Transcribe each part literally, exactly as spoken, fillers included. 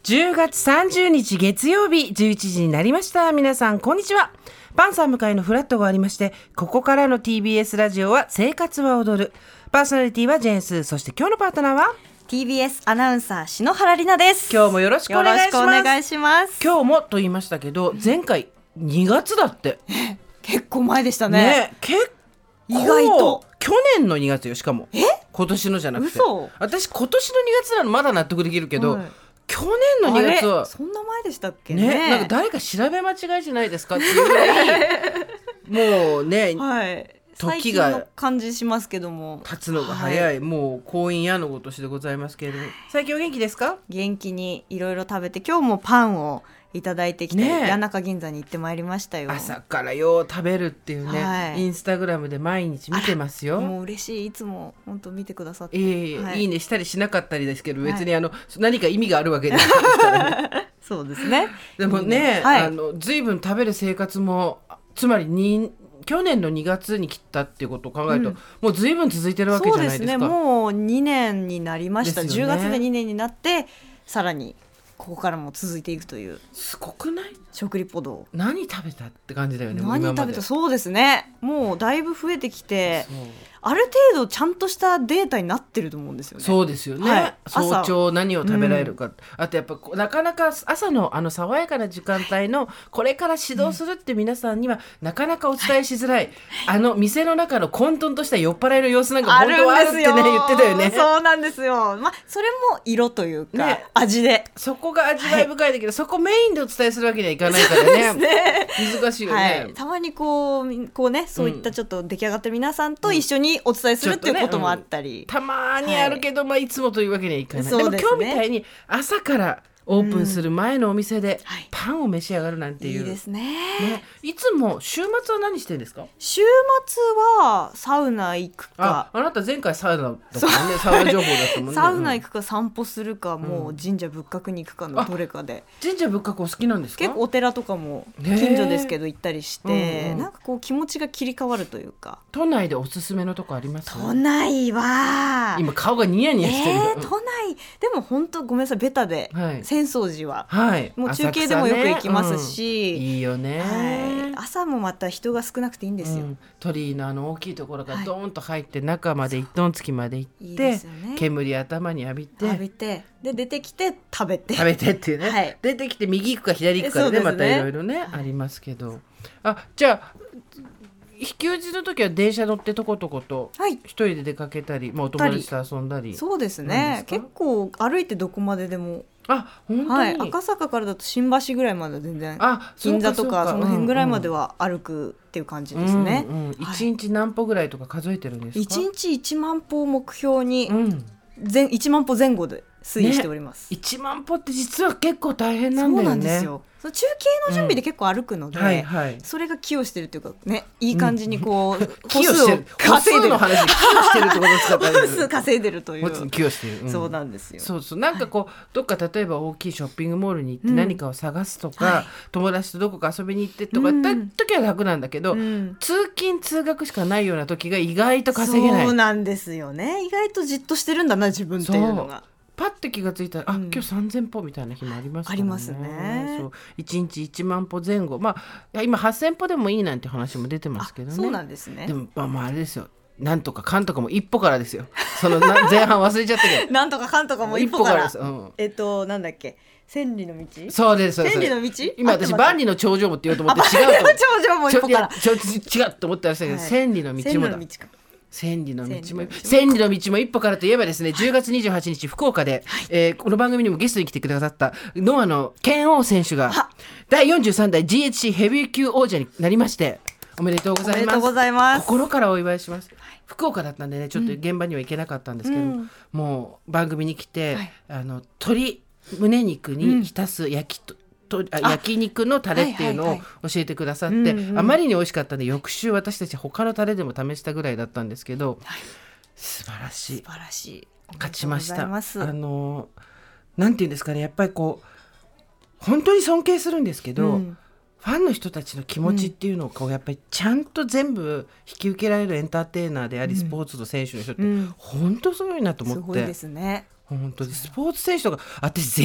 じゅうがつさんじゅうにち月曜日じゅういちじになりました。皆さんこんにちは。パンサー向かいのフラットがありまして、ここからの ティービーエス ラジオは生活は踊る。パーソナリティはジェーンスー、そして今日のパートナーはティービーエス アナウンサー篠原里奈です。 今日もよろしくお願いします。 よろしくお願いします。 今日もと言いましたけど、前回にがつだって結構前でしたね。 ね、結構意外と去年のにがつよ。しかもえ今年のじゃなくて、 嘘。 私今年のにがつなのまだ納得できるけど、はい、去年のにがつはそんな前でしたっけ ね, ねなんか誰か調べ間違いじゃないですかっていうぐらいもうね、 はい、 時が最近の感じしますけども経つのが早い、はい、もう婚姻やのごとしでございますけれども、最近お元気ですか？ 元気にいろいろ食べて、今日もパンをいただいてきて、ね、谷中銀座に行ってまいりましたよ。 朝からよう食べるっていうね、はい、インスタグラムで毎日見てますよ。 もう嬉しい、いつも本当見てくださって、 えーはい、いいねしたりしなかったりですけど、別にあの、 はい、 何か意味があるわけじゃないですからねそうですね。 でもね、 はい、 あの随分食べる生活も、つまりに去年のにがつに切ったっていうことを考えると、うん、もう随分続いてるわけじゃないですか。 そうですね、もうにねんになりました、ね、じゅうがつでにねんになって、さらにここからも続いていくという。 すごくない？ 食リポ道何食べたって感じだよね。 何食べた、そうですね、もうだいぶ増えてきて、ある程度ちゃんとしたデータになってると思うんですよね。 そうですよね、はい、早朝何を食べられるか、うん、あとやっぱなかなか朝のあの爽やかな時間帯のこれから指導するって皆さんにはなかなかお伝えしづらい、あの店の中の混沌とした酔っ払いの様子なんか本当はあるってね言ってたよね。 そうなんですよ、まあ、それも色というか、ね、味でそこが味わい深いだけど、はい、そこメインでお伝えするわけにはいかないからね、ね難しいよね、 はい、たまにこう、こうね、そういったちょっと出来上がった皆さんと一緒にお伝えするっていうこともあったり、うん、 たまにあるけど、はい、まあ、いつもというわけにはいかない。 そうですね、 でも今日みたいに朝からオープンする前のお店でパンを召し上がるなんていう、 いいですね。 ね、いつも週末は何してるんですか？ 週末はサウナ行くか、 あ、あなた前回サウナだったもんね。サウナ情報だったもんね。 サウナ行くか散歩するか、うん、もう神社仏閣に行くかのどれかで。 神社仏閣お好きなんですか？ 結構お寺とかも近所ですけど行ったりして、うんうん、なんかこう気持ちが切り替わるというか。 都内でおすすめのとこあります？ 都内は今顔がニヤニヤしてる、 えー、都内でも本当ごめんなさい、ベタで、はい、浅草寺は、 はい、 もう中継でもよく行きますし、 ね、うん、いいよね、 はい、朝もまた人が少なくていいんですよ、うん、 鳥居のあの大きいところがドーンと入って、はい、中まで一トン付きまで行って、いいですよね、煙頭に浴びて浴びてで出てきて食べて食べてっていうね、はい、出てきて右行くか左行くかでね、またいろいろね、はい、ありますけど、あ、じゃあ休日の時は電車乗ってとことこと一人で出かけたり、まあ、お友達と遊んだり。 そうですね、結構歩いてどこまででも。 あ、本当に、 はい、赤坂からだと新橋ぐらいまで全然、銀座とかその辺ぐらいまでは歩くっていう感じですね、 うんうん、いちにち何歩ぐらいとか数えてるんですか？ いちにちいちまん歩を目標に、うん、いちまん歩前後で推移しております、 ね、いちまん歩って実は結構大変なんだよね。 そうなんですよ。その中継の準備で結構歩くので、うん、はいはい、それが寄与してるっていうかね、いい感じにこう、うん、歩数を稼いでる、歩数の話で寄与してるってことですか？歩数稼いでるという、 寄与してる、うん、 そうなんですよ。 そうそう、なんかこう、はい、どっか例えば大きいショッピングモールに行って何かを探すとか、うん、はい、友達とどこか遊びに行ってとか、うん、だ時は楽なんだけど、うん、通勤通学しかないような時が意外と稼げない。 そうなんですよね。意外とじっとしてるんだな自分っていうのが。 パッて気がついたら、あ、うん、今日さんぜん歩みたいな日もありますからね。 ありますね。 そう、いちにちいちまん歩前後、まあ今はっせん歩でもいいなんて話も出てますけどね。 そうなんですね。 でも、まあ、まああれですよ、なんとかかんとかも一歩からですよ。その前半忘れちゃったけどなんとかかんとかも一歩から、 一歩からです、うん、 えっとなんだっけ、千里の道。 そうです、そうです。 千里の道。 今私万里の長城もって言おうと思って違うと万里の長城も一歩からちょちょ違うと思ったらしたけど、はい、千里の道もだ。千里の道も千里の道も一歩からといえばですね、じゅうがつにじゅうはちにち福岡で、はい、えー、この番組にもゲストに来てくださったノアの拳王選手がだいよんじゅうさんだい ジーエイチシー ヘビー級王者になりまして、おめでとうございます。 おめでとうございます。 心からお祝いします、はい、福岡だったんでね、ちょっと現場には行けなかったんですけど、うん、もう番組に来て、はい、あの鶏胸肉に浸す焼きと、うんとあ焼肉のタレっていうのを教えてくださって、はいはいはい、うんうん、あまりに美味しかったんで翌週私たち他のタレでも試したぐらいだったんですけど、はい、素晴らしい、 素晴らしい、 勝ちました。あのなんていうんですかね、やっぱりこう本当に尊敬するんですけど、うん、ファンの人たちの気持ちっていうのをこうやっぱりちゃんと全部引き受けられるエンターテイナーであり、うん、スポーツの選手の人って本当すごいなと思って、 すごいですね。 本当にスポーツ選手とか私絶対嫌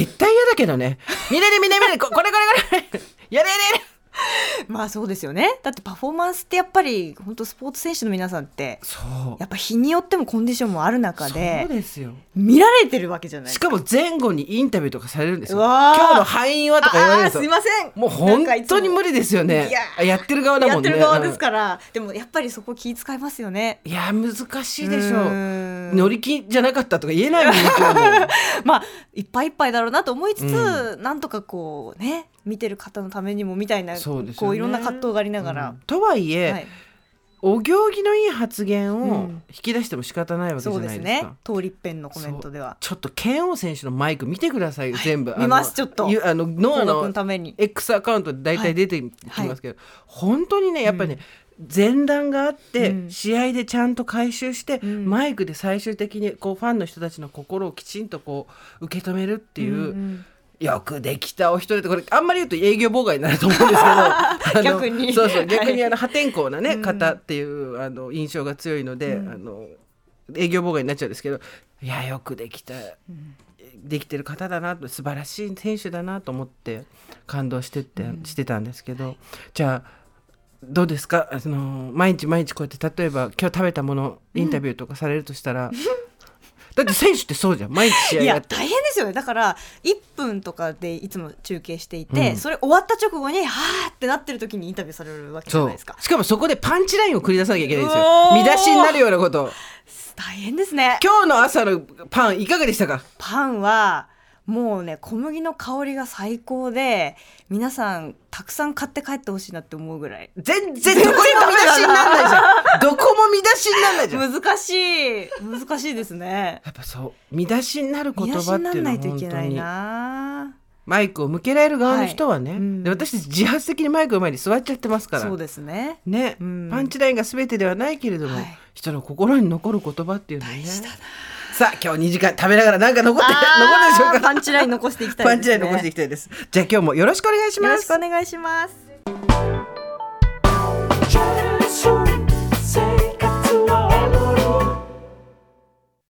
だけどね。見れる見れる見れる、これこれこれやれやれやれ。 まあそうですよね。だってパフォーマンスってやっぱり本当スポーツ選手の皆さんってそうやっぱ日によってもコンディションもある中でそうですよ、 見られてるわけじゃないですか。 しかも前後にインタビューとかされるんですよ。今日の敗因はとか言われるんですよ。 すいません、 もう本当に無理ですよね。いややってる側だもんね。 やってる側ですから、うん、でもやっぱりそこ気遣いますよね。 いや難しいでしょう。乗り気じゃなかったとか言えないもんまあいっぱいいっぱいだろうなと思いつつ、うん、なんとかこうね見てる方のためにもみたいな、そうですよね、こういろんな葛藤がありながら、うん、 とはいえ、はい、お行儀のいい発言を引き出しても仕方ないわけじゃないですか、うん、そうですね。 通りっぺんのコメントではちょっと拳王選手のマイク見てくださいよ、はい、全部見ますちょっとあのノアの X アカウントで大体出てきますけど、はい、本当にねやっぱりね、うん、前段があって、うん、試合でちゃんと回収して、うん、マイクで最終的にこうファンの人たちの心をきちんとこう受け止めるっていう、うんうん、よくできたお一人で、これあんまり言うと営業妨害になると思うんですけど逆にそうそう逆にあの破天荒な、ね、方っていうあの印象が強いので、うん、あの営業妨害になっちゃうんですけど、いやよくできた、うん、できてる方だなと、素晴らしい選手だなと思って感動してって、うん、してたんですけど、じゃあどうですか、あの毎日毎日こうやって例えば今日食べたものインタビューとかされるとしたら、うんだって選手ってそうじゃん、毎日試合やって。 いや大変ですよね。だからいっぷんとかでいつも中継していて、うん、それ終わった直後にはーってなってる時にインタビューされるわけじゃないですか。 しかもそこでパンチラインを繰り出さなきゃいけないんですよ。見出しになるようなこと。 大変ですね。 今日の朝のパンいかがでしたか？ パンはもうね小麦の香りが最高で、皆さんたくさん買って帰ってほしいなって思うぐらい。 全然どこにも見出しにならないじゃんどこも見出しにならないじゃん難しい難しいですね。 やっぱそう見出しになる言葉っていうのは本当に見出しにならないといけないな。 マイクを向けられる側の人はね、はいうん、で私たち自発的にマイクの前に座っちゃってますから。 そうですね。 ね、うん、パンチラインが全てではないけれども、はい、人の心に残る言葉っていうのはね。大事だな。さあ今日にじかん食べながら何か残って残るでしょうか。 パンチライン残していきたいですね。 パンチライン残していきたいです。じゃあ今日もよろしくお願いします。 よろしくお願いします。